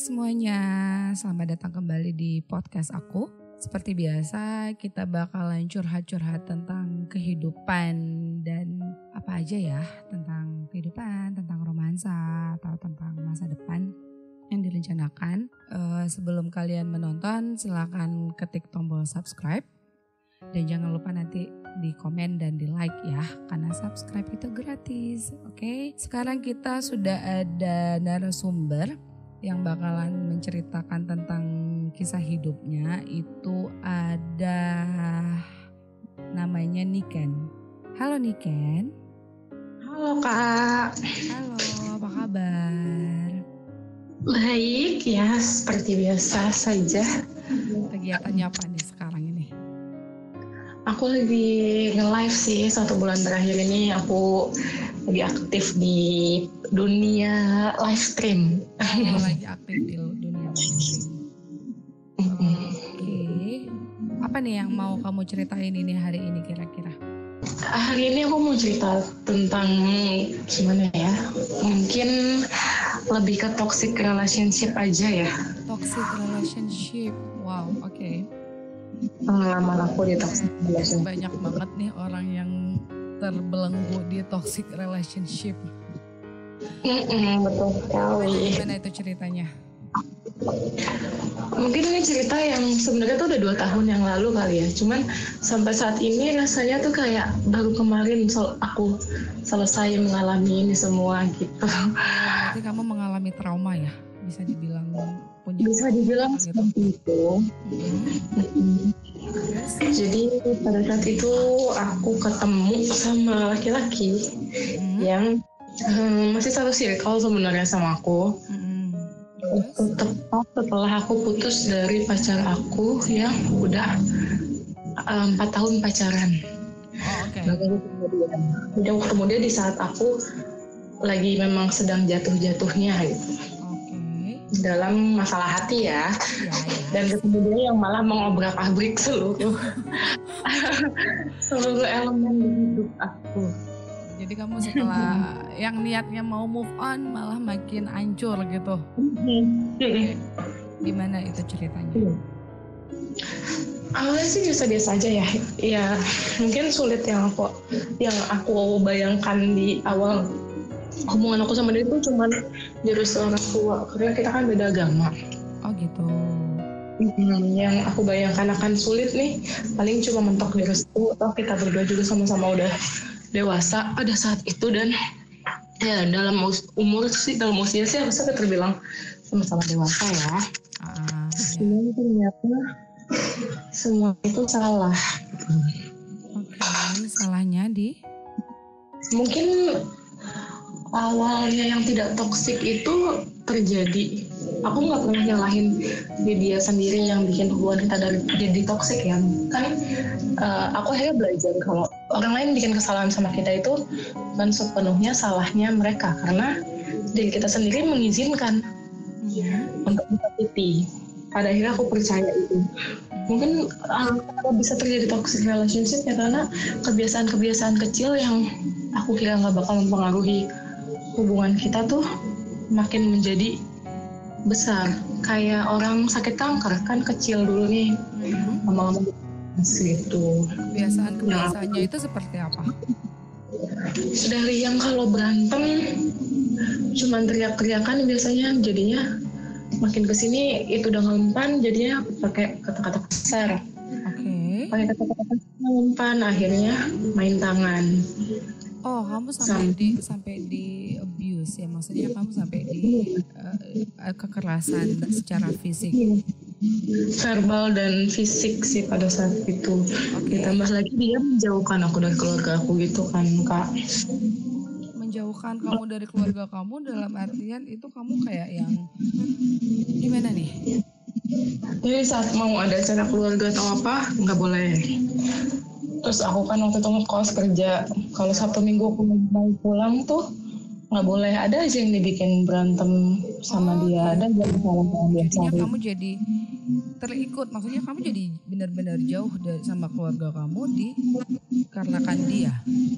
semuanya, selamat datang kembali di podcast aku. Seperti biasa, kita bakalan curhat-curhat tentang kehidupan dan apa aja ya, tentang kehidupan, tentang romansa, atau tentang masa depan yang direncanakan. Sebelum kalian menonton, silakan ketik tombol subscribe. Dan jangan lupa nanti di komen dan di like ya, karena subscribe itu gratis. Oke, sekarang kita sudah ada narasumber yang bakalan menceritakan tentang kisah hidupnya. Itu ada namanya Niken. Halo Niken. Halo Kak. Halo, apa kabar? Baik ya, seperti biasa saja. Kegiatannya apa nih sekarang ini? Aku lagi nge-live sih 1 bulan terakhir ini. Aku lagi aktif di dunia live stream. Lagi aktif di dunia live stream. Oke. Apa nih yang mau kamu ceritain ini hari ini kira-kira? Hari ini aku mau cerita tentang gimana ya? Mungkin lebih ke toxic relationship aja ya. Toxic relationship. Wow, oke. Pengalaman aku di toxic relationship. Banyak banget nih orang yang terbelenggu di toxic relationship. Betul sekali. Gimana itu ceritanya? Mungkin ini cerita yang sebenarnya tuh udah 2 tahun yang lalu kali ya. Cuman sampai saat ini rasanya tuh kayak baru kemarin aku selesai mengalami ini semua gitu. Berarti kamu mengalami trauma ya? Bisa dibilang punya. Bisa dibilang gitu. Seperti itu. Jadi pada saat itu aku ketemu sama laki-laki yang masih satu circle sebenarnya sama aku. Itu tepat setelah aku putus dari pacar aku yang udah 4 tahun pacaran. Baru ketemu dia di saat aku lagi memang sedang jatuh-jatuhnya gitu. Dalam masalah hati ya. Dan ketemu dia yang malah mengobrak-abrik seluruh elemen di hidup aku. Jadi kamu setelah yang niatnya mau move on malah makin hancur gitu. Gimana itu ceritanya? Awalnya sih biasa-biasa aja ya. Ya mungkin sulit yang aku bayangkan di awal hubungan aku sama dia itu cuman dari orang tua, karena kita kan beda agama. Oh gitu. Yang aku bayangkan akan sulit nih paling cuma mentok di restu, atau kita berdua juga sama-sama udah dewasa pada saat itu, dan ya dalam usia sih harusnya terbilang sama-sama dewasa ya. Cuman ternyata semua itu salah. Oke, salahnya di? Mungkin awalnya yang tidak toksik itu terjadi. Aku nggak pernah nyalahin dia sendiri yang bikin hubungan kita jadi toksik ya. Kan aku akhirnya belajar kalau orang lain bikin kesalahan sama kita itu bukan sepenuhnya salahnya mereka, karena diri kita sendiri mengizinkan untuk disakiti. Pada akhirnya aku percaya itu. Mungkin bisa terjadi toxic relationship ya karena kebiasaan-kebiasaan kecil yang aku kira nggak bakal mempengaruhi hubungan kita tuh makin menjadi besar. Kayak orang sakit kanker kan kecil dulu nih, lama-lama gitu. Kebiasaan-kebiasaannya itu seperti apa? Dari yang kalau berantem cuman teriak-teriakan biasanya, jadinya makin kesini itu udah ngempan, jadinya pakai kata-kata kasar. Pakai kata-kata kasar ngempan, akhirnya main tangan. Oh, kamu sampai di abuse ya, maksudnya kamu sampai di kekerasan secara fisik. Verbal dan fisik sih pada saat itu. Ditambah lagi dia menjauhkan aku dari keluarga aku gitu kan Kak. Menjauhkan kamu dari keluarga kamu dalam artian itu kamu kayak yang gimana nih? Jadi saat mau ada acara keluarga atau apa nggak boleh. Terus aku kan waktu itu ngekos kerja, kalau Sabtu Minggu aku mau pulang tuh nggak boleh, ada aja yang dibikin berantem sama dia, ada aja masalah dia. Jadinya kamu jadi terikut, maksudnya kamu jadi benar-benar jauh sama keluarga kamu dikarenakan dia.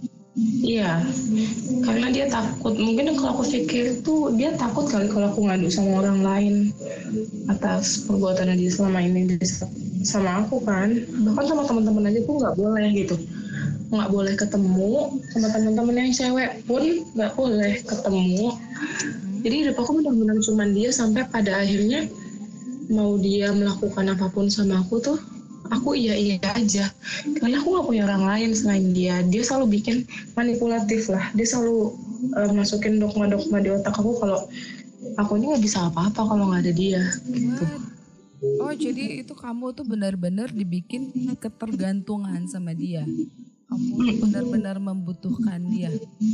Iya, karena dia takut. Mungkin kalau aku pikir tuh dia takut kali kalau aku ngadu sama orang lain atas perbuatan dia selama ini sama aku kan. Bahkan sama teman-teman aja tuh nggak boleh gitu. Nggak boleh ketemu sama teman-teman yang cewek pun nggak boleh ketemu. Jadi hidup aku benar-benar cuma dia sampai pada akhirnya mau dia melakukan apapun sama aku tuh aku iya aja karena aku nggak punya orang lain selain dia. Dia selalu bikin manipulatif lah, dia selalu masukin dogma-dogma di otak aku kalau aku ini nggak bisa apa-apa kalau nggak ada dia gitu. Oh jadi itu kamu tuh benar-benar dibikin ketergantungan sama dia, kamu tuh benar-benar membutuhkan dia.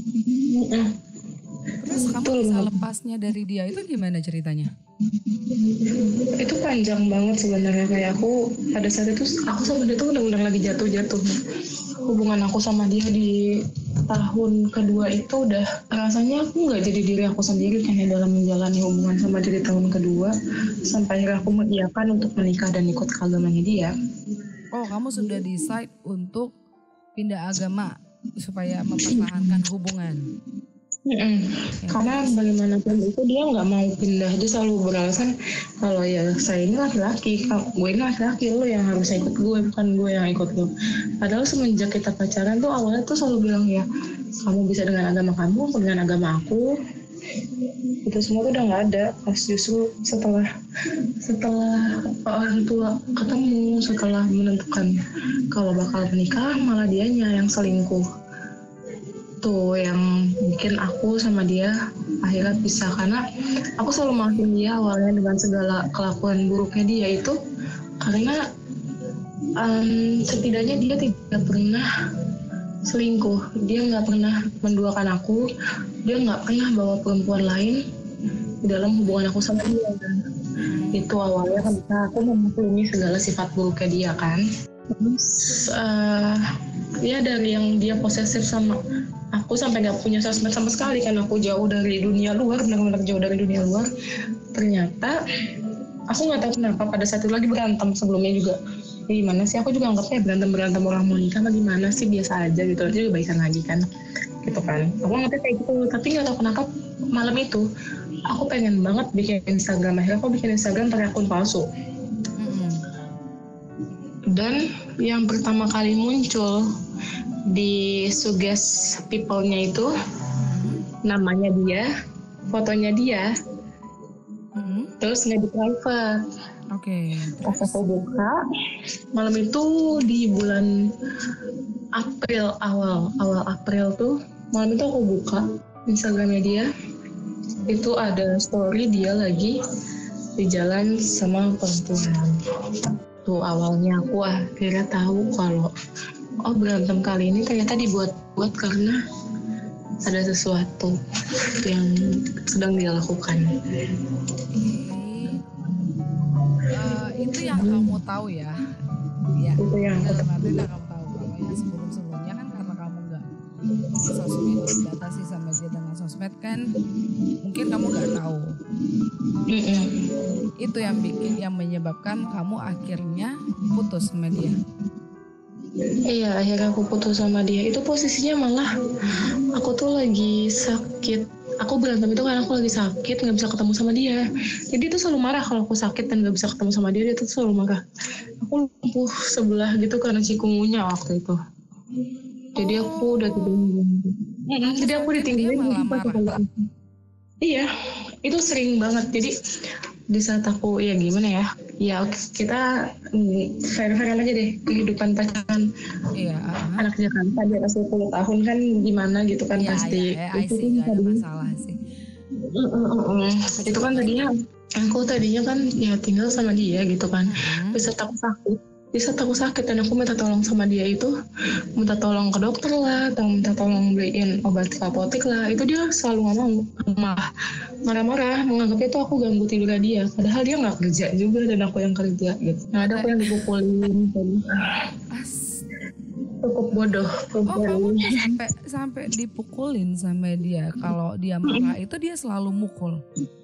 Terus kamu bisa lepasnya dari dia itu gimana ceritanya? Itu panjang banget sebenarnya. Kayak aku pada saat itu aku sama dia tuh benar-benar lagi jatuh-jatuhnya. Hubungan aku sama dia di tahun kedua itu udah rasanya aku nggak jadi diri aku sendiri kan ya dalam menjalani hubungan sama dia di tahun kedua sampai akhirnya aku mengiyakan untuk menikah dan ikut ke agamanya dia. Oh kamu sudah decide untuk pindah agama supaya mempertahankan hubungan. Karena bagaimanapun itu dia nggak mau pindah, dia selalu beralasan kalau ya saya ini laki-laki, gue ini laki-laki, lo yang harus ikut gue bukan gue yang ikut lo. Padahal semenjak kita pacaran tuh awalnya tuh selalu bilang ya kamu bisa dengan agama kamu, aku dengan agama aku. Itu semua tuh udah nggak ada pas justru setelah orang tua ketemu, setelah menentukan kalau bakal menikah malah dianya yang selingkuh. Tuh yang bikin aku sama dia akhirnya pisah karena aku selalu maafin dia awalnya dengan segala kelakuan buruknya dia itu karena setidaknya dia tidak pernah selingkuh, dia nggak pernah menduakan aku, dia nggak pernah bawa perempuan lain di dalam hubungan aku sama dia. Itu awalnya ketika aku memaklumi segala sifat buruknya dia kan. Terus ya dari yang dia posesif sama aku sampai nggak punya sosmed sama sekali kan aku jauh dari dunia luar, benar-benar jauh dari dunia luar. Ternyata aku nggak tahu kenapa pada saat itu lagi berantem sebelumnya juga. Ya gimana sih, aku juga anggapnya berantem orang mau nikah mah gimana sih, biasa aja gitu, nanti juga baikan lagi kan gitu kan. Aku ngerti kayak gitu, tapi nggak tahu kenapa malam itu aku pengen banget bikin Instagram. Akhirnya aku bikin Instagram pakai akun palsu. Dan yang pertama kali muncul di suggest people-nya itu namanya dia, fotonya dia, terus nggak di private. Oke. Pas aku buka malam itu di bulan April, awal April tuh malam itu aku buka Instagramnya dia, itu ada story dia lagi di jalan sama perempuan. Tuh awalnya aku akhirnya tahu kalau berantem kali ini ternyata dibuat-buat karena ada sesuatu yang sedang dia lakukan. Itu yang kamu tahu ya? Ya. Itu yang aku tahu. Berarti kamu tahu kalau yang sebelum-sebelumnya kan karena kamu nggak sosmed dibatasi sama dia dengan sosmed kan, mungkin kamu nggak tahu. Itu yang menyebabkan kamu akhirnya putus sama dia. Iya, akhirnya aku putus sama dia. Itu posisinya malah aku tuh lagi sakit. Aku berantem itu karena aku lagi sakit, nggak bisa ketemu sama dia. Jadi itu selalu marah kalau aku sakit dan nggak bisa ketemu sama dia tuh selalu marah. Aku lumpuh sebelah gitu karena cikungunya waktu itu. Jadi aku udah tidur. Jadi aku ditinggalin. Dia malah marah. Iya, itu sering banget. Jadi di saat aku ya gimana ya, kita fair-fair aja deh kehidupan pacaran. Iya. Anak Jakarta di atas 20 tahun kan gimana gitu kan, pasti. Itu kan gak ada masalah sih. Itu kan aku tadinya kan ya tinggal sama dia gitu kan. Di saat aku sakit dan aku minta tolong sama dia itu, minta tolong ke dokter lah, atau minta tolong beliin obat ke apotek lah, itu dia selalu marah-marah, menganggap itu aku ganggu tidur dia, padahal dia nggak kerja juga dan aku yang kerja gitu. Nah, ada aku yang dipukulin, cukup bodoh. Kamu sampai dipukulin sama dia. Kalau dia marah itu dia selalu mukul.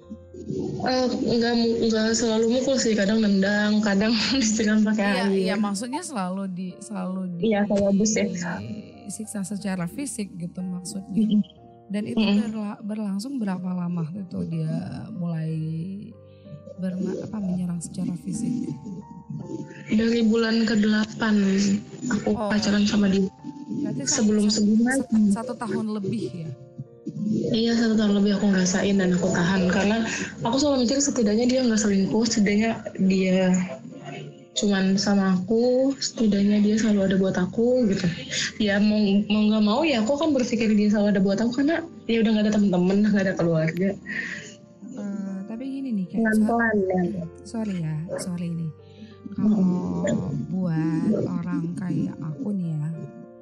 Enggak selalu mukul sih, kadang nendang, kadang disiram pakai air. Iya, maksudnya selalu di Iya, kayak abus ya. disiksa secara fisik gitu maksudnya. Dan itu berlangsung berapa lama itu dia mulai menyerang secara fisik? Dari bulan ke-8 aku pacaran sama dia. Berarti sebelum-sebelumnya 1 tahun lebih ya? Iya, 1 tahun lebih aku ngerasain dan aku tahan karena aku selalu mikir setidaknya dia nggak selingkuh, setidaknya dia cuman sama aku, setidaknya dia selalu ada buat aku gitu. Ya mau nggak mau ya aku kan berpikir dia selalu ada buat aku karena dia udah nggak ada teman-teman, nggak ada keluarga. Tapi gini nih kayak sorry nih, kalau buat orang kayak aku nih ya,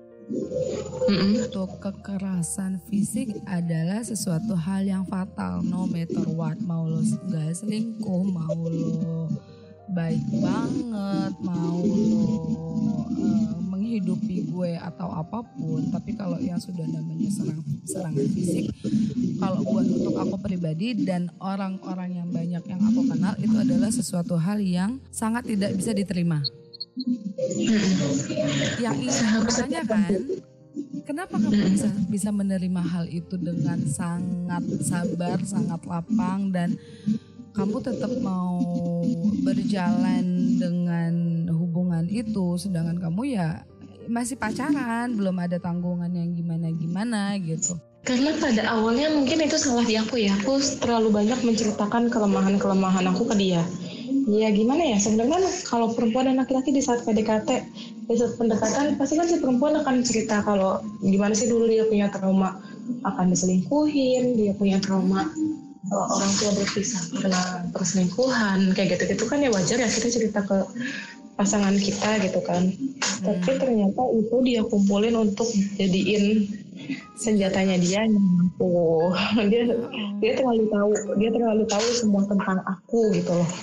untuk kekerasan fisik adalah sesuatu hal yang fatal no matter what. Mau lo gak selingkuh, mau lo baik banget, mau lo menghidupi gue atau apapun, tapi kalau yang sudah namanya serangan fisik, kalau buat untuk aku pribadi dan orang-orang yang banyak yang aku kenal, itu adalah sesuatu hal yang sangat tidak bisa diterima. Yang ingin aku tanyakan, kenapa kamu bisa menerima hal itu dengan sangat sabar, sangat lapang, dan kamu tetap mau berjalan dengan hubungan itu, sedangkan kamu ya masih pacaran, belum ada tanggungan yang gimana-gimana gitu. Karena pada awalnya mungkin itu salah di aku ya, aku terlalu banyak menceritakan kelemahan-kelemahan aku ke dia. Ya gimana ya, sebenarnya kalau perempuan dan laki-laki di saat PDKT, di saat pendekatan, pasti kan si perempuan akan cerita kalau gimana sih dulu dia punya trauma akan diselingkuhin, dia punya trauma orang tua berpisah karena perselingkuhan, kayak gitu-gitu kan ya wajar ya kita cerita ke pasangan kita gitu kan. Tapi ternyata itu dia kumpulin untuk jadiin senjatanya dia yang aku. Dia terlalu tahu semua tentang aku gitu loh.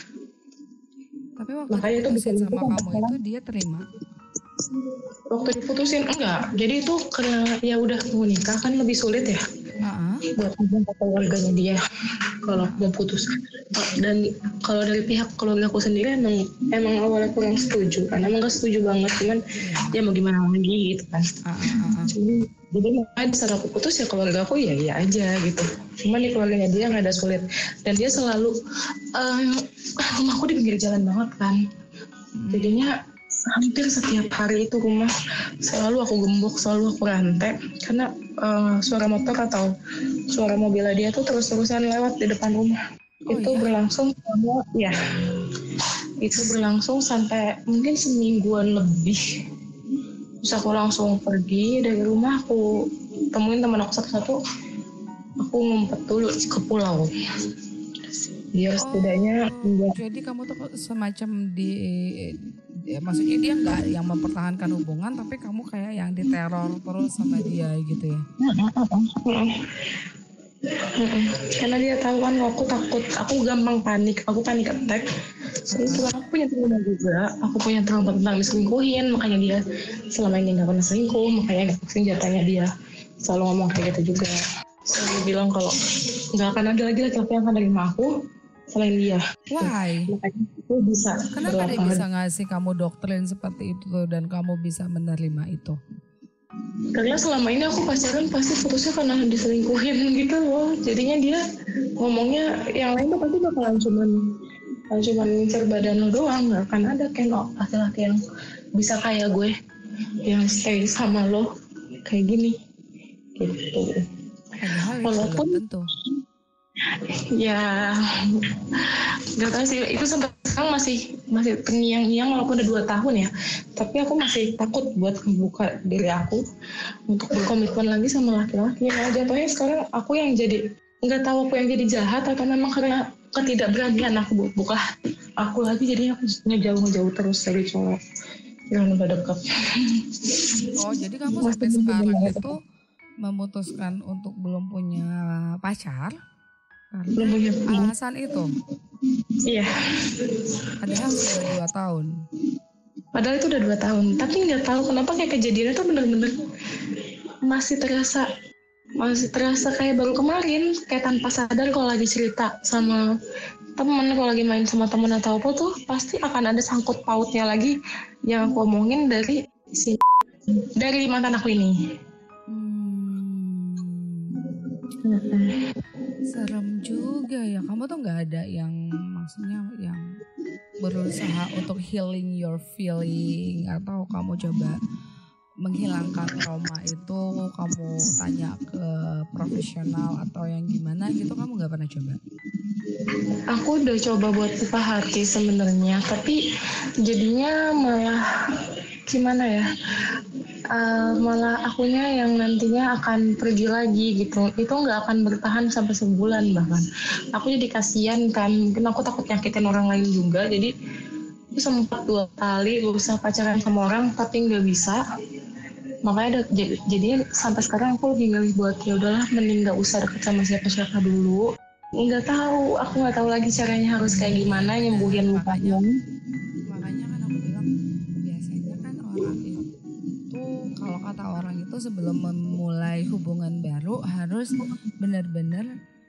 Tapi waktu diputusin sama kamu itu dia terima? Waktu diputusin enggak. Jadi itu karena ya udah mau nikah kan lebih sulit ya. Buat membuat keluarganya dia kalau mau putus. Dan kalau dari pihak keluarga aku sendiri emang awalnya kurang setuju kan, emang gak setuju banget, cuman ya mau gimana lagi gitu kan. Jadi makanya di saat aku putus ya keluarga aku ya aja gitu, cuman di keluarganya dia nggak ada sulit, dan dia selalu rumahku di pinggir jalan banget kan, jadinya hampir setiap hari itu rumah selalu aku gembok, selalu aku rantai karena suara motor atau suara mobilnya dia tuh terus-terusan lewat di depan rumah. Berlangsung selama itu berlangsung sampai mungkin semingguan lebih. Terus aku langsung pergi dari rumah, aku temuin teman aku satu-satu, aku ngumpet dulu ke pulau. Dia setidaknya jadi kamu tuh semacam maksudnya dia nggak yang mempertahankan hubungan, tapi kamu kayak yang diteror terus sama dia gitu ya? Karena dia tahu kan aku takut, aku gampang panik, aku panik attack. Itu aku punya trauma juga, aku punya trauma tentang diselingkuhin, makanya dia selama ini nggak pernah selingkuh, makanya senjatanya dia selalu ngomong kayak gitu juga. Selalu bilang kalau nggak akan ada lagi laki-laki yang akan nerima aku selain dia. Why? Makanya itu bisa. Kenapa dia bisa ngasih kamu doktrin seperti itu dan kamu bisa menerima itu? Karena selama ini aku pacaran pasti putusnya karena diselingkuhin gitu loh. Jadinya dia ngomongnya yang lain tuh pasti bakalan cuman ngincer badan lo doang, gak akan ada kayak laki-laki yang bisa kayak gue yang stay sama lo kayak gini gitu. Walaupun tentu ya nggak tahu sih, itu sampai sekarang masih terngiang-ngiang walaupun udah 2 tahun ya, tapi aku masih takut buat membuka diri aku untuk berkomitmen lagi sama laki-laki. Nah jatuhnya sekarang aku yang jadi nggak tahu aku yang jadi jahat atau memang karena ketidakberanian aku buka aku lagi, jadinya aku ngejauh terus dari cowok yang udah dekat. Jadi kamu sampai sekarang itu memutuskan untuk belum punya pacar karena alasan itu? Iya. Padahal sudah 2 tahun. Padahal itu udah 2 tahun, tapi nggak tahu kenapa kayak kejadiannya tuh bener-bener masih terasa kayak baru kemarin, kayak tanpa sadar kalau lagi cerita sama temen, kalau lagi main sama temen atau apa tuh pasti akan ada sangkut pautnya lagi yang aku omongin dari sini Dari mantan aku ini. Serem juga ya. Kamu tuh nggak ada yang maksudnya yang berusaha untuk healing your feeling, atau kamu coba menghilangkan trauma itu, kamu tanya ke profesional atau yang gimana gitu, kamu nggak pernah coba? Aku udah coba buat buka hati sebenarnya, tapi jadinya malah gimana ya? Malah akunya yang nantinya akan pergi lagi gitu. Itu nggak akan bertahan sampai sebulan bahkan. Aku jadi kasihan kan. Mungkin aku takut nyakitin orang lain juga. Jadi aku sempat 2 kali berusaha pacaran sama orang tapi nggak bisa. Makanya jadi sampai sekarang aku lebih milih buat ya udahlah, mending nggak usah deket sama siapa-siapa dulu. Nggak tahu, aku nggak tahu lagi caranya harus kayak gimana nyembuhin lukanya. Makanya kan aku bilang biasanya kan orang itu, kalau kata orang itu sebelum memulai hubungan baru harus benar-benar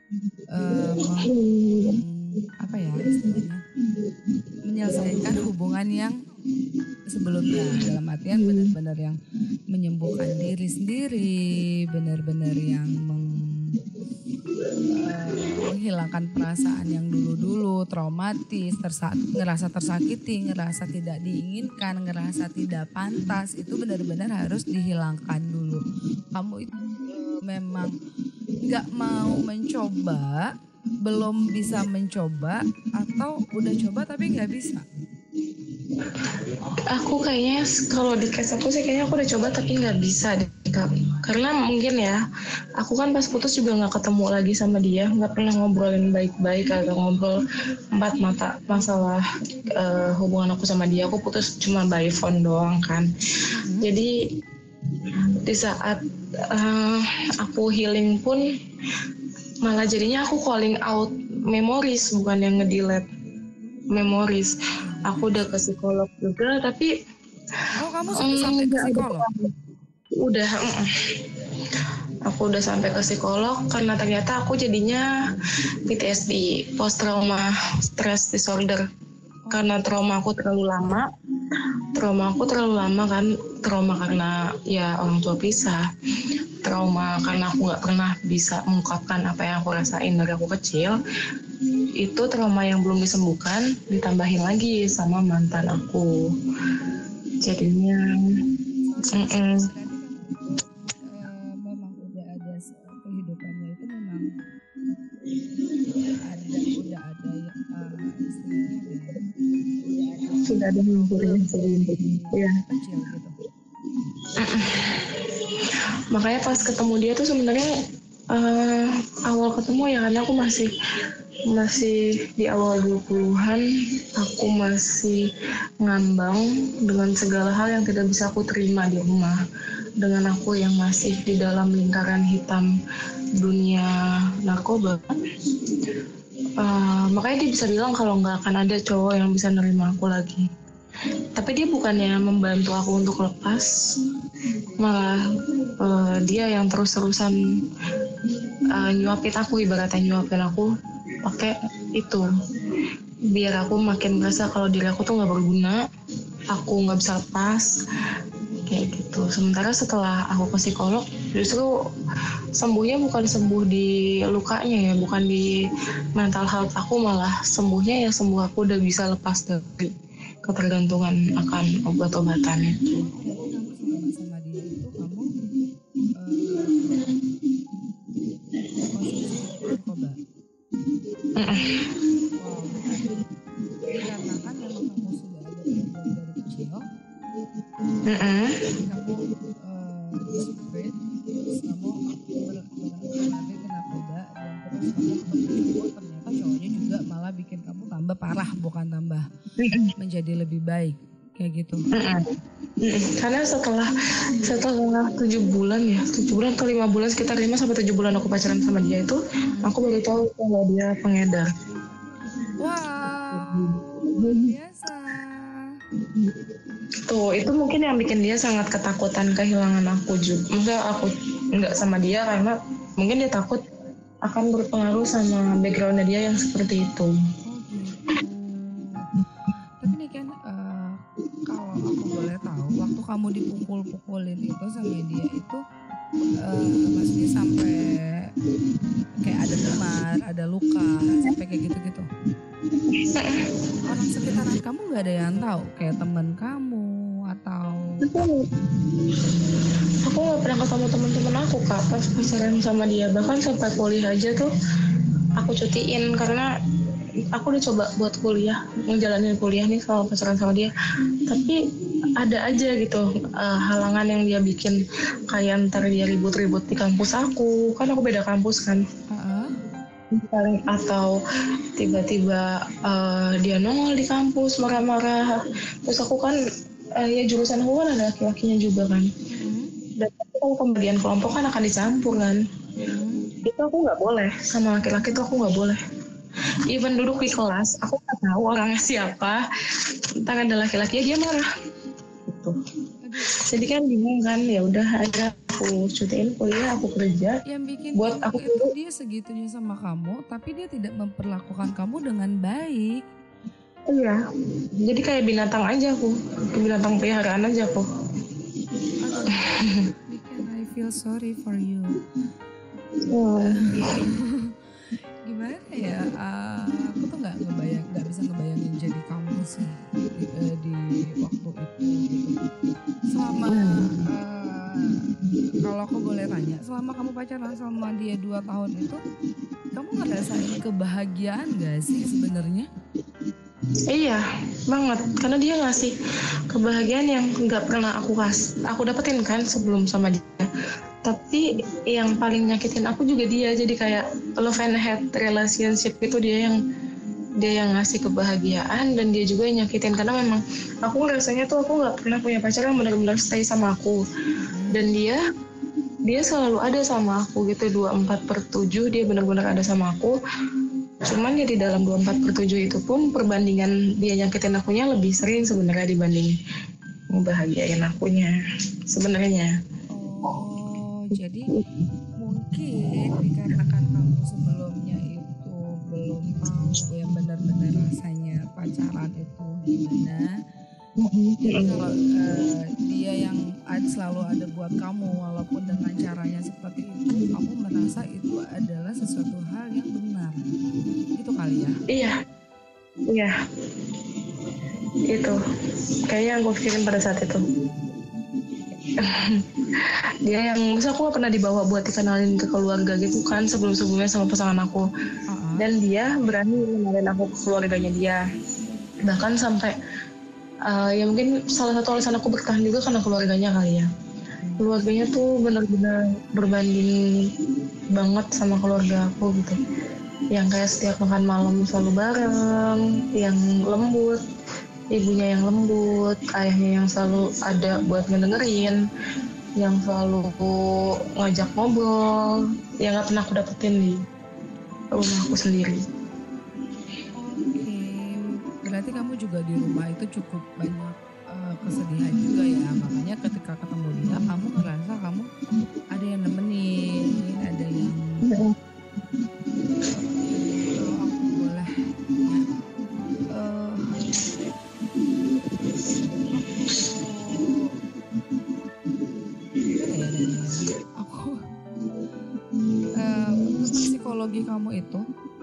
apa ya istilahnya, menyelesaikan hubungan yang sebelumnya, dalam artian benar-benar yang menyembuhkan diri sendiri, benar-benar yang menghilangkan perasaan yang dulu-dulu traumatis, ngerasa tersakiti, ngerasa tidak diinginkan, ngerasa tidak pantas, itu benar-benar harus dihilangkan dulu. Kamu itu memang nggak mau mencoba, belum bisa mencoba, atau udah coba tapi nggak bisa? Aku kayaknya kalau di case aku sih kayaknya aku udah coba tapi nggak bisa deh, Kak. Karena mungkin ya, aku kan pas putus juga nggak ketemu lagi sama dia, nggak pernah ngobrolin baik-baik atau ngobrol empat mata masalah hubungan aku sama dia. Aku putus cuma by phone doang kan. Jadi di saat aku healing pun malah jadinya aku calling out memories, bukan yang nge-delete memories. Aku udah ke psikolog juga, tapi kamu sudah sampai ke psikolog? Udah, aku udah sampai ke psikolog karena ternyata aku jadinya PTSD, post trauma stress disorder, karena trauma aku terlalu lama kan, trauma karena ya orang tua pisah, trauma karena aku nggak pernah bisa mengungkapkan apa yang aku rasain dari aku kecil. Itu trauma yang belum disembuhkan, ditambahin lagi sama mantan aku. Jadinya memang udah ada kehidupannya itu, memang udah ada istilahnya sudah ada mengukurnya ya. Kecil gitu. Makanya pas ketemu dia tuh sebenarnya awal ketemu ya, karena aku masih di awal 20-an, aku masih ngambang dengan segala hal yang tidak bisa aku terima di rumah, dengan aku yang masih di dalam lingkaran hitam dunia narkoba. Makanya dia bisa bilang kalau nggak akan ada cowok yang bisa nerima aku lagi. Tapi dia bukannya membantu aku untuk lepas, malah dia yang terus-terusan nyuapin aku, ibaratnya nyuapin aku pakai itu, biar aku makin merasa kalau diri aku tuh nggak berguna, aku nggak bisa lepas kayak gitu. Sementara setelah aku ke psikolog, justru sembuhnya bukan sembuh di lukanya ya, bukan di mental health aku, malah sembuhnya ya sembuh aku udah bisa lepas dari ketergantungan akan obat-obatan itu. Sama dia itu kamu narkoba. Karena kan memang kamu sudah ada problem dari kecil. Kamu desperate, terus kamu berlari ke narkoba, dan terus kamu ternyata cowoknya juga malah bikin kamu tambah parah, bukan tambah menjadi lebih baik kayak gitu. Karena setelah 7 bulan ke 5 bulan, sekitar 5 sampai 7 bulan aku pacaran sama dia itu, aku baru tahu kalau dia pengedar. Wow, biasa. Tuh, itu mungkin yang bikin dia sangat ketakutan kehilangan aku juga. Maksudnya aku nggak sama dia karena mungkin dia takut akan berpengaruh sama backgroundnya dia yang seperti itu. Tapi nih kan, kalau aku boleh tahu, waktu kamu dipukul-pukul pukulin itu sama dia itu maksudnya sampai kayak ada memar, ada luka, sampai kayak gitu-gitu. Orang sekitaran kamu nggak ada yang tahu, kayak teman kamu atau? Aku nggak pernah ketemu teman-teman aku kak pas pacaran sama dia, bahkan sampai kuliah aja tuh aku cutiin karena aku udah coba buat kuliah, ngejalanin kuliah nih sama pacaran sama dia, tapi ada aja gitu halangan yang dia bikin, kayak ntar dia ribut-ribut di kampus aku, kan aku beda kampus kan, atau tiba-tiba dia nongol di kampus marah-marah, terus aku kan ya jurusan aku kan ada laki-lakinya juga kan, dan kalau pembagian kelompok kan akan dicampur kan, itu aku nggak boleh sama laki-laki, itu aku nggak boleh. Even duduk di kelas, aku nggak tahu orangnya siapa, ntar ada laki-laki dia marah, gitu. Jadi kan bingung kan, ya udah aja aku cutiin kuliah, aku kerja. Yang bikin buat aku itu dia segitunya sama kamu, tapi dia tidak memperlakukan kamu dengan baik. Iya, jadi kayak binatang aja aku, binatang peliharaan aja aku. Bikin I feel sorry for you. Gimana ya, aku tuh nggak bisa ngebayangin jadi kamu sih di waktu itu gitu. Selama kalau aku boleh tanya, selama kamu pacaran sama dia 2 tahun itu, kamu ngerasain kebahagiaan gak sih sebenarnya? Iya banget, karena dia ngasih kebahagiaan yang nggak pernah aku dapetin kan sebelum sama dia. Tapi yang paling nyakitin aku juga dia, jadi kayak love and hate relationship itu dia yang ngasih kebahagiaan, dan dia juga yang nyakitin, karena memang aku rasanya tuh aku nggak pernah punya pacar yang benar-benar stay sama aku, dan dia selalu ada sama aku gitu, 24/7 dia benar-benar ada sama aku. Cuman ya di dalam 24/7 itu pun perbandingan dia nyakitin akunya lebih sering sebenarnya dibanding ngebahagiain akunya sebenarnya. Jadi mungkin dikarenakan kamu sebelumnya itu belum tahu yang benar-benar rasanya pacaran itu gimana. Jadi kalau dia yang selalu ada buat kamu walaupun dengan caranya seperti itu, kamu merasa itu adalah sesuatu hal yang benar. Itu kali ya? Iya. Itu kayaknya yang gue pikirin pada saat itu. Dia yang masa aku gak pernah dibawa buat dikenalin ke keluarga gitu kan sebelum-sebelumnya sama pasangan aku. Dan dia berani kenalin aku ke keluarganya dia, bahkan sampai ya mungkin salah satu alasan aku bertahan juga karena keluarganya kali ya. Keluarganya tuh benar-benar berbanding banget sama keluarga aku gitu, yang kayak setiap makan malam selalu bareng, yang lembut, ibunya yang lembut, ayahnya yang selalu ada buat ngedengerin, yang selalu ngajak ngobrol, yang gak pernah aku dapetin di rumah aku sendiri. Oke, berarti kamu juga di rumah itu cukup banyak kesedihan juga ya, makanya ketika ketemu dia kamu ngerasa kamu ada yang nemenin, ada yang aku boleh psikologi kamu itu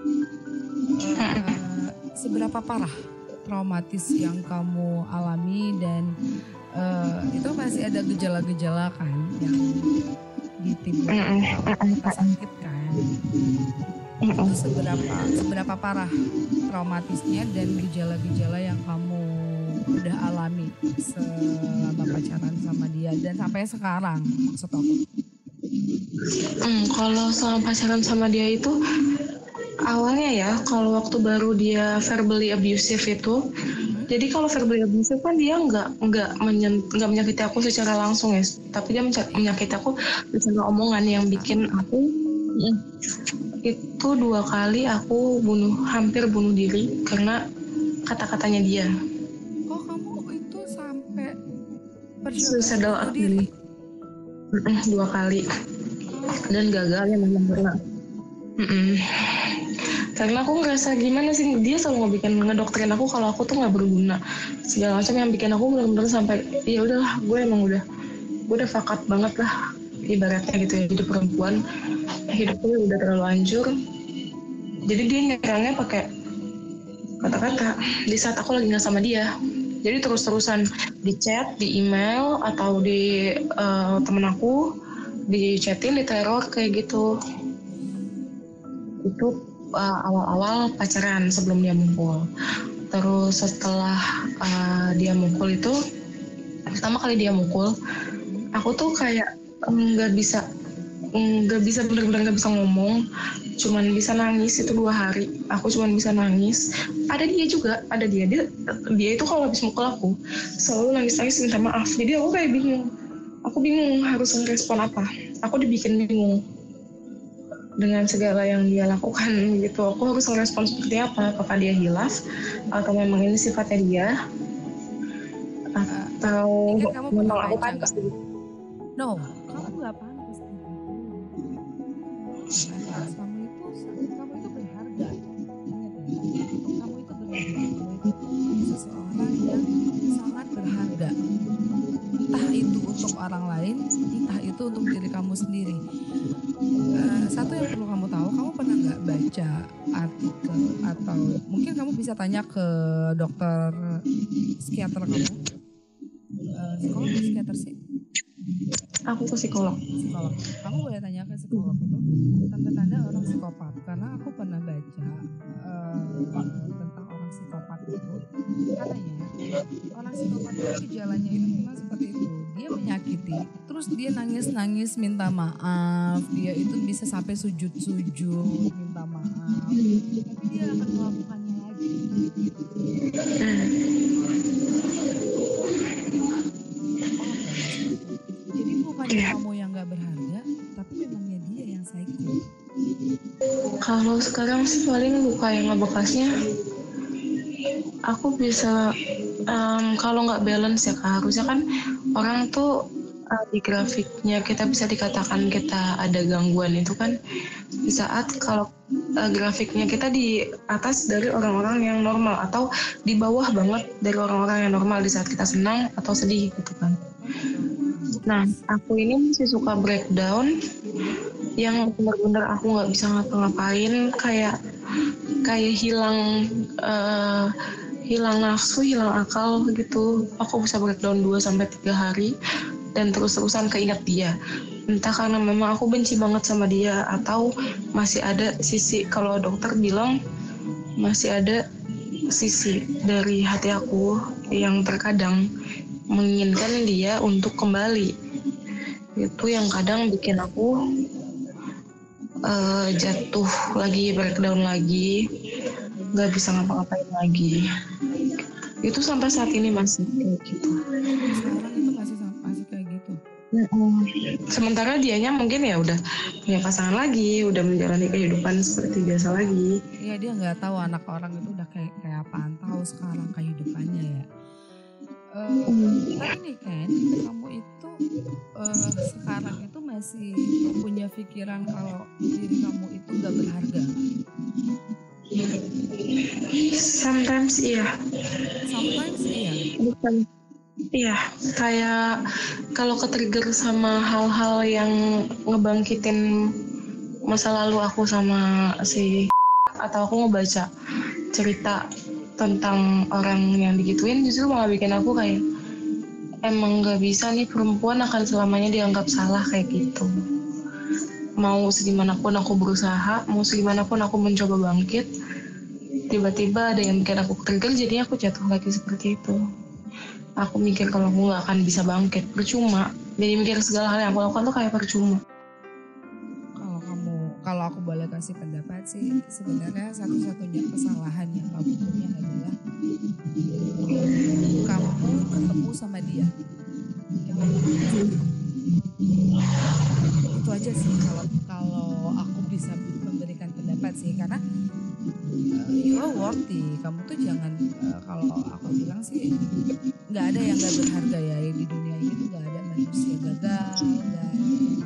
seberapa parah traumatis yang kamu alami, dan itu masih ada gejala-gejala kan yang ditimbulkan sakit kan, itu seberapa parah traumatisnya dan gejala-gejala yang kamu udah alami selama pacaran sama dia dan sampai sekarang, maksud aku. Kalau selama pacaran sama dia itu awalnya ya, kalau waktu baru dia verbally abusive itu, jadi kalau verbally abusive kan dia nggak menyakiti aku secara langsung ya, tapi dia menyakiti aku secara omongan yang bikin aku itu 2 kali aku hampir bunuh diri karena kata-katanya dia. Oh, kamu itu sampai suicidal diri 2 kali dan gagal ya memang pernah. Karena aku ngerasa gimana sih, dia selalu ngedoktrin aku kalau aku tuh nggak berguna segala macam, yang bikin aku benar-benar sampai ya udahlah, gue emang udah gue udah fakat banget lah ibaratnya gitu ya, jadi perempuan hidupnya udah terlalu hancur. Jadi dia nyerangnya pakai kata-kata di saat aku lagi nggak sama dia. Jadi terus-terusan di chat, di email, atau di temen aku, di chatin, di teror kayak gitu. Itu awal-awal pacaran sebelum dia mukul. Terus setelah dia mukul itu, pertama kali dia mukul, aku tuh kayak nggak bisa benar-benar nggak bisa ngomong, cuman bisa nangis itu 2 hari. Aku cuman bisa nangis. Ada dia juga, dia itu kalau habis mukul aku selalu nangis minta maaf. Jadi aku kayak bingung harus ngerespon apa. Aku dibikin bingung dengan segala yang dia lakukan gitu. Aku harus ngerespon seperti apa? Apakah dia hilaf atau memang ini sifatnya dia, atau memang aku pantas? No, kamu nggak pantas gitu. Kamu itu berharga. Ingat ya, kamu itu berharga. Kamu itu seseorang yang sangat berharga. Entah itu untuk orang lain, entah itu untuk diri kamu sendiri. Satu yang perlu kamu tahu, kamu pernah nggak baca artikel atau mungkin kamu bisa tanya ke dokter psikiater kamu, psikolog atau psikiater sih? Aku ke psikolog. Kamu boleh tanya ke psikolog itu tanda-tanda orang psikopat, karena aku pernah baca tentang orang psikopat itu. Katanya orang psikopat itu gejalanya itu memang seperti itu. Dia menyakiti, terus dia nangis minta maaf, dia itu bisa sampai sujud minta maaf, tapi dia akan melakukannya lagi. Jadi bukannya kamu yang gak berharga, tapi memangnya dia yang psycho. Kalau sekarang sih paling luka yang ngebekasnya aku bisa kalau nggak balance ya Kak, harusnya kan orang tuh di grafiknya kita bisa dikatakan kita ada gangguan itu kan di saat kalau grafiknya kita di atas dari orang-orang yang normal atau di bawah banget dari orang-orang yang normal di saat kita senang atau sedih gitu kan. Nah, aku ini masih suka breakdown yang benar-benar aku nggak bisa ngapa-ngapain, kayak hilang nafsu, hilang akal gitu. Aku bisa breakdown 2-3 hari dan terus-terusan keinget dia. Entah karena memang aku benci banget sama dia atau masih ada sisi, kalau dokter bilang masih ada sisi dari hati aku yang terkadang menginginkan dia untuk kembali. Itu yang kadang bikin aku jatuh lagi, breakdown lagi, nggak bisa ngapa-ngapain lagi. Itu sampai saat ini masih kayak gitu. Sekarang itu masih kayak gitu. Sementara dianya mungkin ya udah punya pasangan lagi, udah menjalani kehidupan seperti biasa lagi. Iya, dia nggak tahu anak orang itu udah kayak apaan, tahu sekarang kehidupannya ya. Tapi nih Ken, kamu itu sekarang itu masih punya pikiran kalau diri kamu itu gak berharga? Sometimes iya. Bukan. Iya, kayak kalau ke-trigger sama hal-hal yang ngebangkitin masa lalu aku sama si atau aku ngebaca cerita tentang orang yang digituin, justru malah bikin aku kayak emang gak bisa nih perempuan akan selamanya dianggap salah kayak gitu. Mau segimanapun aku berusaha, mau segimanapun aku mencoba bangkit, tiba-tiba ada yang bikin aku trigger, jadinya aku jatuh lagi seperti itu. Aku mikir kalau aku gak akan bisa bangkit, percuma. Jadi mikir segala hal yang aku lakukan tuh kayak percuma. Kalau aku boleh kasih pendapat sih, sebenarnya satu-satunya kesalahan yang kamu punya adalah kamu ketemu sama dia. Itu aja sih kalau aku bisa memberikan pendapat sih, karena you are worthy. Kamu tuh jangan, kalau aku bilang sih nggak ada yang nggak berharga ya di dunia ini tuh, nggak ada manusia gagal, nggak ada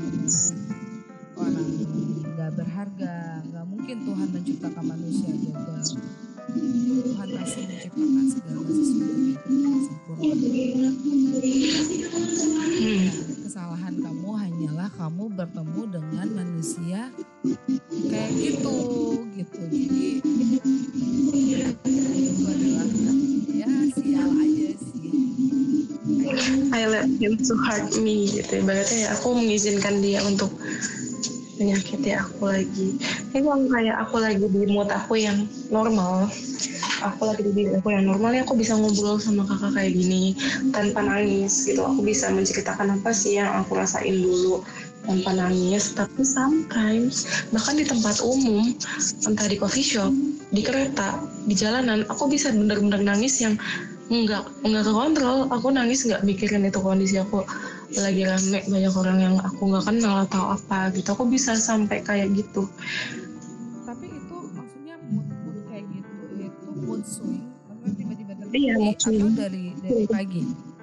orang nggak berharga. Nggak mungkin Tuhan menciptakan manusia gagal. Tuhan pasti menciptakan segala sesuatu yang sempurna. kamu bertemu dengan manusia kayak gitu. Jadi itu adalah ya sial aja sih. I let him to hurt me gitu. Ibaratnya ya aku mengizinkan dia untuk menyakiti aku lagi. Ini kalau kayak aku lagi di mood aku yang normal, aku lagi di mood aku yang normal ya, aku bisa ngobrol sama kakak kayak gini tanpa nangis gitu. Aku bisa menceritakan apa sih yang aku rasain dulu tanpa nangis. Tapi sometimes bahkan di tempat umum, entah di coffee shop, di kereta, di jalanan, aku bisa bener-bener nangis yang nggak kekontrol. Aku nangis nggak mikirin itu kondisi aku lagi rame banyak orang yang aku nggak kenal atau apa gitu. Aku bisa sampai kayak gitu. Tapi itu maksudnya mood kayak gitu itu mood swing, maksudnya tiba-tiba terjadi Iya, atau dari pagi?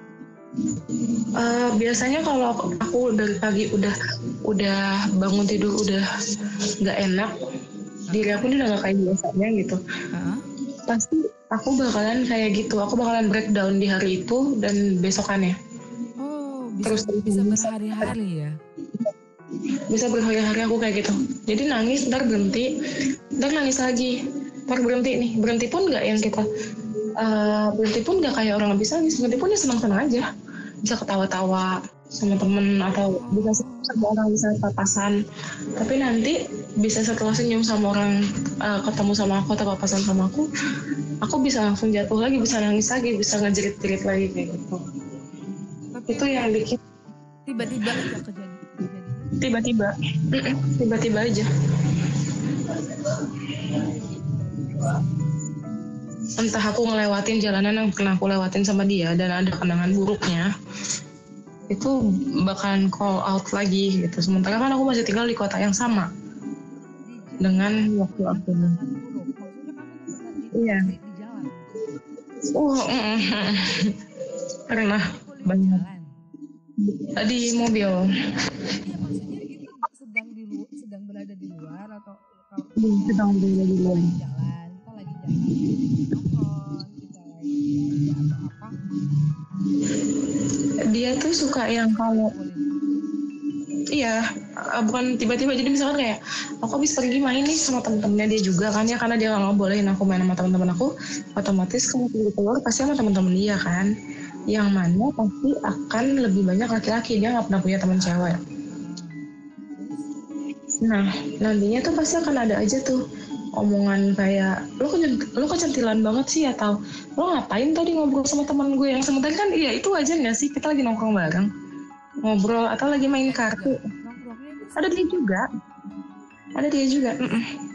Biasanya kalau aku dari pagi udah bangun tidur udah nggak enak, diri aku udah nggak kayak biasanya gitu. Pasti aku bakalan kayak gitu. Aku bakalan breakdown di hari itu dan besokannya. Bisa berhari-hari ya? Bisa berhari-hari aku kayak gitu. Jadi nangis, ntar berhenti, ntar nangis lagi, ntar berhenti nih. Berhenti pun nggak yang kita, berhenti pun nggak kayak orang habis nangis. Berhenti pun ya senang-senang aja. Bisa ketawa-tawa sama temen atau bisa sama orang, bisa papasan. Tapi nanti bisa setelah senyum sama orang, ketemu sama aku atau papasan sama aku bisa langsung jatuh lagi, bisa nangis lagi, bisa ngejerit-jerit lagi kayak gitu. Itu yang bikin tiba-tiba aja kejadian. Tiba-tiba aja. Entah aku ngelewatin jalanan yang pernah aku lewatin sama dia dan ada kenangan buruknya, itu bakalan call out lagi gitu. Sementara kan aku masih tinggal di kota yang sama dengan waktu aku. Iya. Pernah banyak. Di mobil. Iya, maksudnya itu sedang berada di luar atau sedang berada di luar. Jalan, kita lagi nongkrong, kita lagi atau apa? Dia tuh suka yang kalau bukan tiba-tiba, jadi misalkan kayak aku habis pergi main nih sama temen-temennya dia juga kan ya, karena dia nggak bolehin aku main sama temen-temen aku, otomatis kalau pergi keluar pasti sama temen-temen dia kan, yang mana pasti akan lebih banyak laki-laki, dia nggak pernah punya teman cewek. Nah nantinya tuh pasti akan ada aja tuh omongan kayak lo kecantilan banget sih, atau lo ngapain tadi ngobrol sama teman gue, yang sementara kan iya itu wajar nggak sih, kita lagi nongkrong bareng ngobrol atau lagi main kartu. Ada dia juga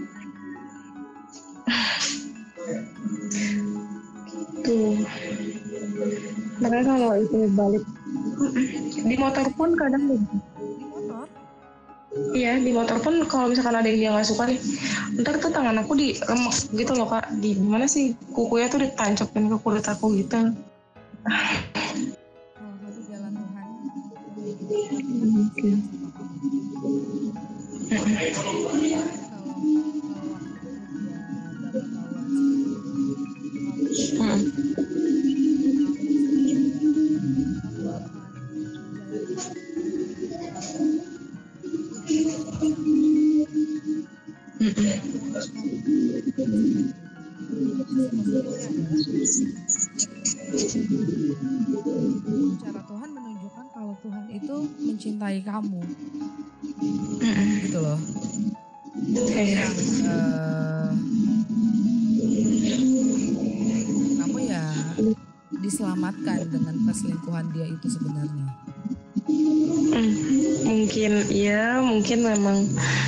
tuh. Makanya kalau itu balik di motor pun kadang di motor pun kalau misalkan ada yang dia nggak suka nih, ntar tuh tangan aku diremek gitu loh kak, di mana sih kukunya tuh ditancapin ke kulit aku gitu. Cara Tuhan menunjukkan kalau Tuhan itu mencintai kamu, gitu loh. Kamu ya diselamatkan dengan perselingkuhan dia itu sebenarnya. Mungkin iya, mungkin memang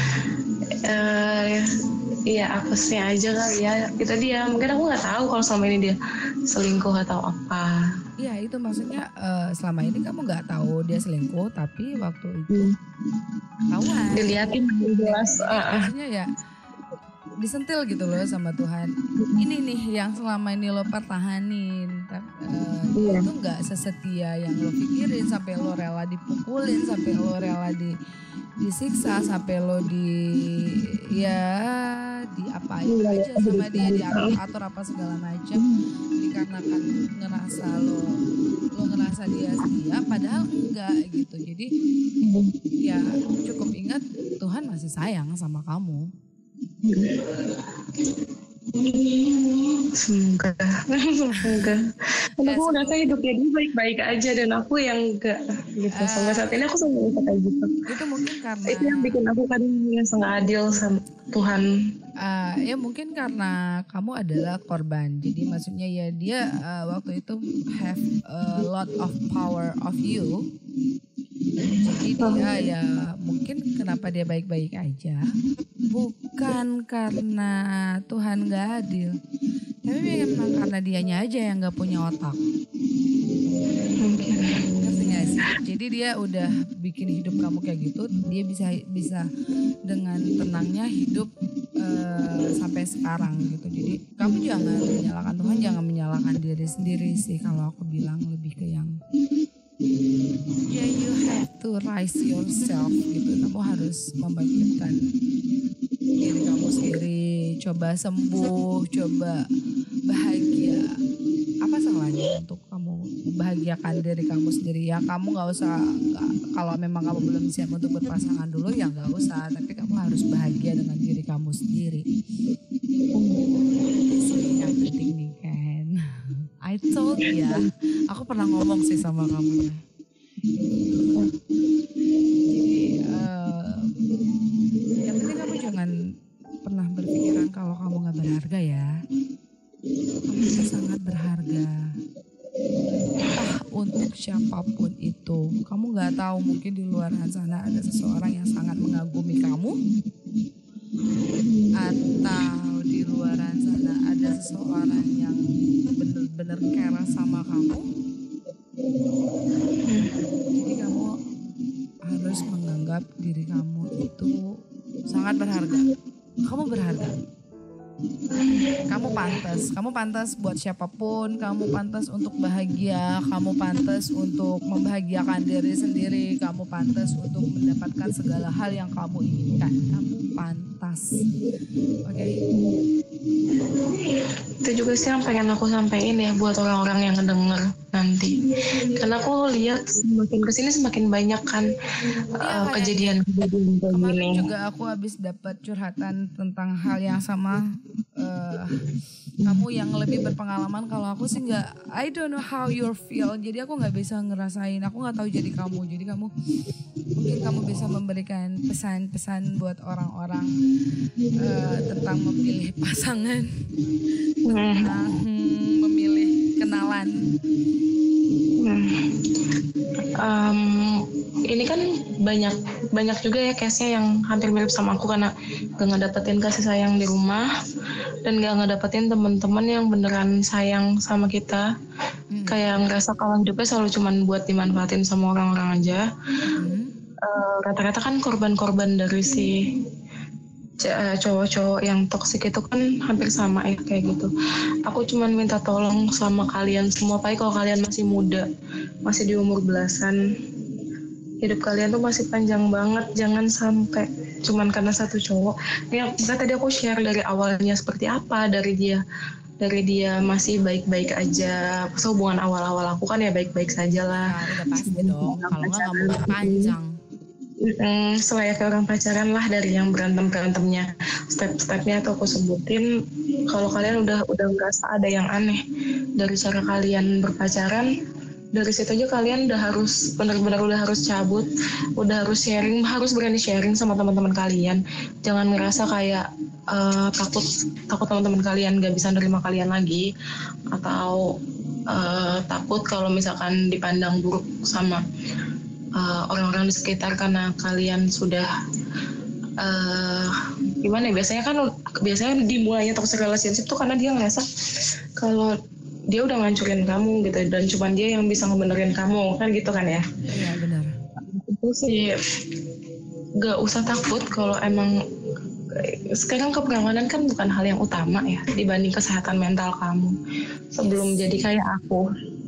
apesnya aja kali ya. Itu dia, mungkin aku nggak tahu kalau selama ini dia selingkuh atau apa. Iya itu maksudnya selama ini kamu nggak tahu dia selingkuh, tapi waktu itu tahuan. Dilihatin jelas. Maksudnya ya disentil gitu loh sama Tuhan. Ini nih yang selama ini lo pertahanin, dia itu nggak sesetia yang lo pikirin, sampai lo rela dipukulin, sampai lo rela disiksa, sampai lo diapain aja sama dia, diatur apa segala macam, dikarenakan ngerasa lo ngerasa dia setia, padahal enggak gitu. Jadi ya cukup ingat Tuhan masih sayang sama kamu. Semoga. Dan aku ngerasa hidupnya dia baik-baik aja dan aku yang enggak gitu. Sampai saat ini aku selalu kayak gitu. Itu mungkin karena itu yang bikin aku kadang ngerasa nggak adil sama Tuhan. Ya mungkin karena kamu adalah korban. Jadi maksudnya ya dia waktu itu have a lot of power of you. Jadi dia ya mungkin kenapa dia baik-baik aja bukan karena Tuhan gak adil, tapi memang karena dianya aja yang gak punya otak. Ngerti gak sih? Jadi dia udah bikin hidup kamu kayak gitu, dia bisa dengan tenangnya hidup sampai sekarang gitu. Jadi kamu jangan menyalahkan Tuhan, jangan menyalahkan diri sendiri sih kalau aku bilang, lebih ke yang ya you have to rise yourself gitu. Kamu harus membangkitkan diri kamu sendiri, coba sembuh, coba bahagia. Apa salahnya untuk kamu membahagiakan diri kamu sendiri? Ya kamu nggak usah, kalau memang kamu belum siap untuk berpasangan dulu ya nggak usah, tapi kamu harus bahagia dengan diri kamu sendiri. Itu yang penting nih kan. I told ya, aku pernah ngomong sih sama kamu ya. Jadi yang penting kamu jangan pernah berpikiran kalau kamu gak berharga ya. Kamu itu sangat berharga. Entah untuk siapapun itu. Kamu gak tahu, mungkin di luar sana ada seseorang yang sangat mengagumi kamu, atau di luar sana ada seseorang yang benar-benar care sama kamu. Jadi kamu harus menganggap diri kamu itu sangat berharga. Kamu berharga. Kamu pantas buat siapapun, kamu pantas untuk bahagia, kamu pantas untuk membahagiakan diri sendiri, kamu pantas untuk mendapatkan segala hal yang kamu inginkan. Kamu pantas. Oke. Itu juga sih yang pengen aku sampaikan ya buat orang-orang yang ngedenger nanti. Karena aku lihat semakin kesini semakin banyak kan kejadian kayak kemarin gini. Juga aku habis dapat curhatan tentang hal yang sama. Kamu yang lebih berpengalaman, kalau aku sih nggak, I don't know how you feel, jadi aku nggak bisa ngerasain, aku nggak tahu jadi kamu mungkin kamu bisa memberikan pesan-pesan buat orang-orang tentang memilih pasangan, tentang memilih kenalan. Ini kan banyak juga ya case-nya yang hampir mirip sama aku, karena gak ngedapetin kasih sayang di rumah dan gak ngedapetin teman-teman yang beneran sayang sama kita. Kayak ngerasa kalau hidupnya selalu cuman buat dimanfaatin sama orang-orang aja. Rata-rata kan korban-korban dari si cowok-cowok yang toksik itu kan hampir sama ya kayak gitu. Aku cuman minta tolong sama kalian semua, Pak, kalau kalian masih muda, masih di umur belasan, hidup kalian tuh masih panjang banget. Jangan sampai cuman karena satu cowok. Ya, tadi aku share dari awalnya seperti apa, dari dia masih baik-baik aja. Pas hubungan awal-awal aku kan ya baik-baik saja lah. Udah pasti dong, kalau nggak mau panjang. Selayaknya orang pacaran lah, dari yang berantemnya, step-stepnya tuh aku sebutin. Kalau kalian udah ngerasa ada yang aneh dari cara kalian berpacaran, dari situ aja kalian udah harus benar-benar udah harus cabut, udah harus sharing, harus berani sharing sama teman-teman kalian. Jangan ngerasa kayak takut teman-teman kalian gak bisa nerima kalian lagi, atau takut kalau misalkan dipandang buruk sama orang-orang di sekitar karena kalian sudah gimana ya, biasanya dimulainya toxic relationship tuh karena dia ngerasa kalau dia udah ngancurin kamu gitu, dan cuma dia yang bisa ngebenerin kamu kan gitu kan ya. Iya benar. Itu sih gak usah takut kalau emang sekarang keperawanan kan bukan hal yang utama ya dibanding kesehatan mental kamu sebelum jadi kayak aku.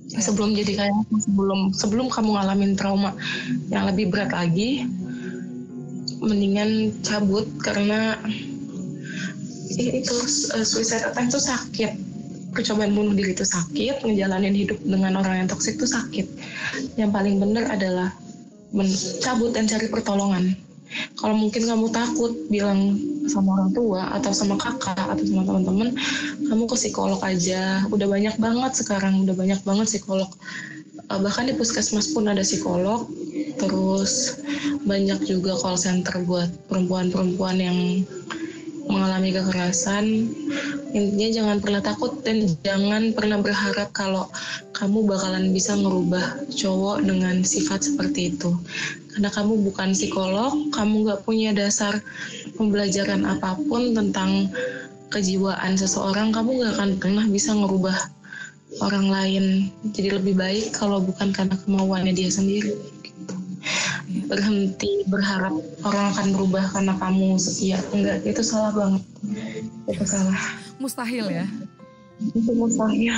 Sebelum jadi kayak sebelum kamu ngalamin trauma yang lebih berat lagi, mendingan cabut. Karena itu suicide attempt itu sakit, percobaan bunuh diri itu sakit, ngejalanin hidup dengan orang yang toksik itu sakit. Yang paling benar adalah cabut dan cari pertolongan. Kalau mungkin kamu takut bilang sama orang tua atau sama kakak atau sama teman-teman, kamu ke psikolog aja. Udah banyak banget sekarang, psikolog. Bahkan di puskesmas pun ada psikolog. Terus banyak juga call center buat perempuan-perempuan yang mengalami kekerasan. Intinya jangan pernah takut dan jangan pernah berharap kalau kamu bakalan bisa ngerubah cowok dengan sifat seperti itu. Karena kamu bukan psikolog, kamu gak punya dasar pembelajaran apapun tentang kejiwaan seseorang, kamu gak akan pernah bisa ngerubah orang lain. Jadi lebih baik kalau bukan karena kemauannya dia sendiri. Berhenti berharap orang akan berubah karena kamu setia. Enggak, itu salah banget. Itu salah. Mustahil ya? Itu mustahil.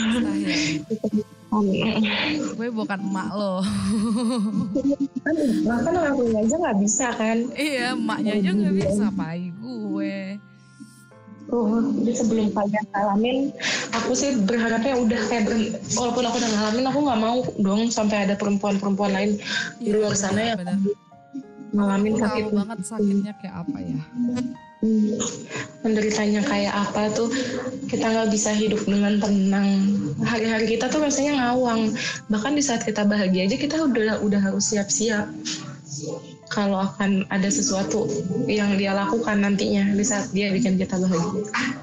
Gue bukan emak lo. Bahkan aku aja nggak bisa kan? Iya, emaknya aja nggak bisa, pai gue. Jadi sebelum kalian ngalamin, aku sih berharapnya udah kayak walaupun aku udah ngalamin, aku nggak mau dong sampai ada perempuan-perempuan lain di luar sana yang ngalamin sakit. Tahu banget sakitnya kayak apa ya? Menderitanya kayak apa tuh, kita nggak bisa hidup dengan tenang. Hari-hari kita tuh rasanya ngawang. Bahkan di saat kita bahagia aja kita udah harus siap-siap kalau akan ada sesuatu yang dia lakukan nantinya di saat dia bikin kita bahagia.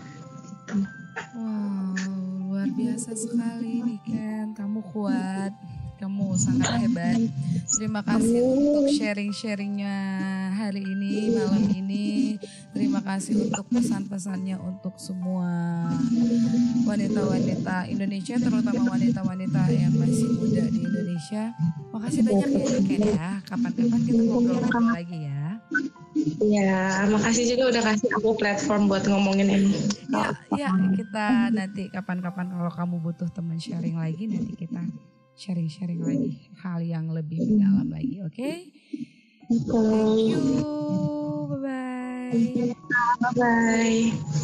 Wow, luar biasa sekali Niken. Kamu kuat, kamu sangat hebat. Terima kasih untuk sharing-sharingnya hari ini, malam ini. Terima kasih untuk pesan-pesannya untuk semua wanita-wanita Indonesia, terutama wanita-wanita yang masih muda di Indonesia. Makasih banyak ya Niken ya. Kapan-kapan kita ngobrol lagi ya. Ya, makasih juga udah kasih aku platform buat ngomongin ini. Ya, kita nanti kapan-kapan kalau kamu butuh teman sharing lagi, nanti kita sharing-sharing lagi hal yang lebih mendalam lagi, oke? Thank you, bye-bye. Bye-bye.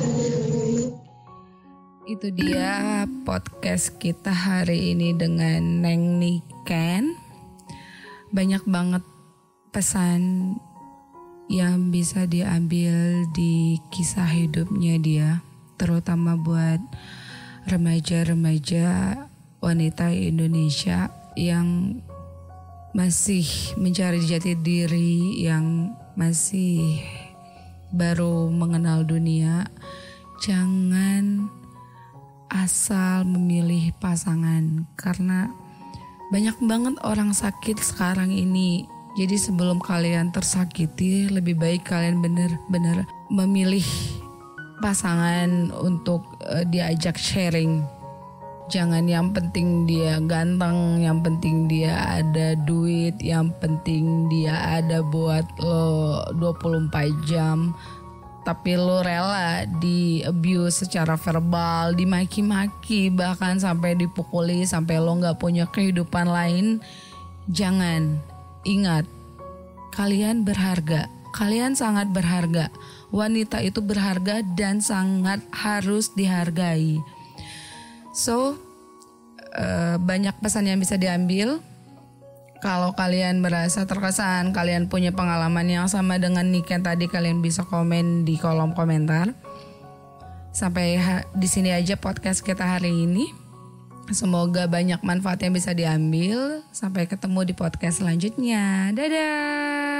Itu dia podcast kita hari ini dengan Neng Niken. Banyak banget pesan yang bisa diambil di kisah hidupnya dia, terutama buat remaja-remaja wanita Indonesia yang masih mencari jati diri, yang masih baru mengenal dunia. Jangan asal memilih pasangan, karena banyak banget orang sakit sekarang ini. Jadi sebelum kalian tersakiti, lebih baik kalian benar-benar memilih pasangan untuk diajak sharing. Jangan yang penting dia ganteng, yang penting dia ada duit, yang penting dia ada buat lo 24 jam. Tapi lo rela di abuse secara verbal, dimaki-maki, bahkan sampai dipukuli, sampai lo gak punya kehidupan lain. Jangan. Ingat, kalian berharga. Kalian sangat berharga. Wanita itu berharga dan sangat harus dihargai. So, banyak pesan yang bisa diambil. Kalau kalian merasa terkesan, kalian punya pengalaman yang sama dengan Niken tadi, kalian bisa komen di kolom komentar. Sampai di sini aja podcast kita hari ini. Semoga banyak manfaat yang bisa diambil. Sampai ketemu di podcast selanjutnya. Dadah.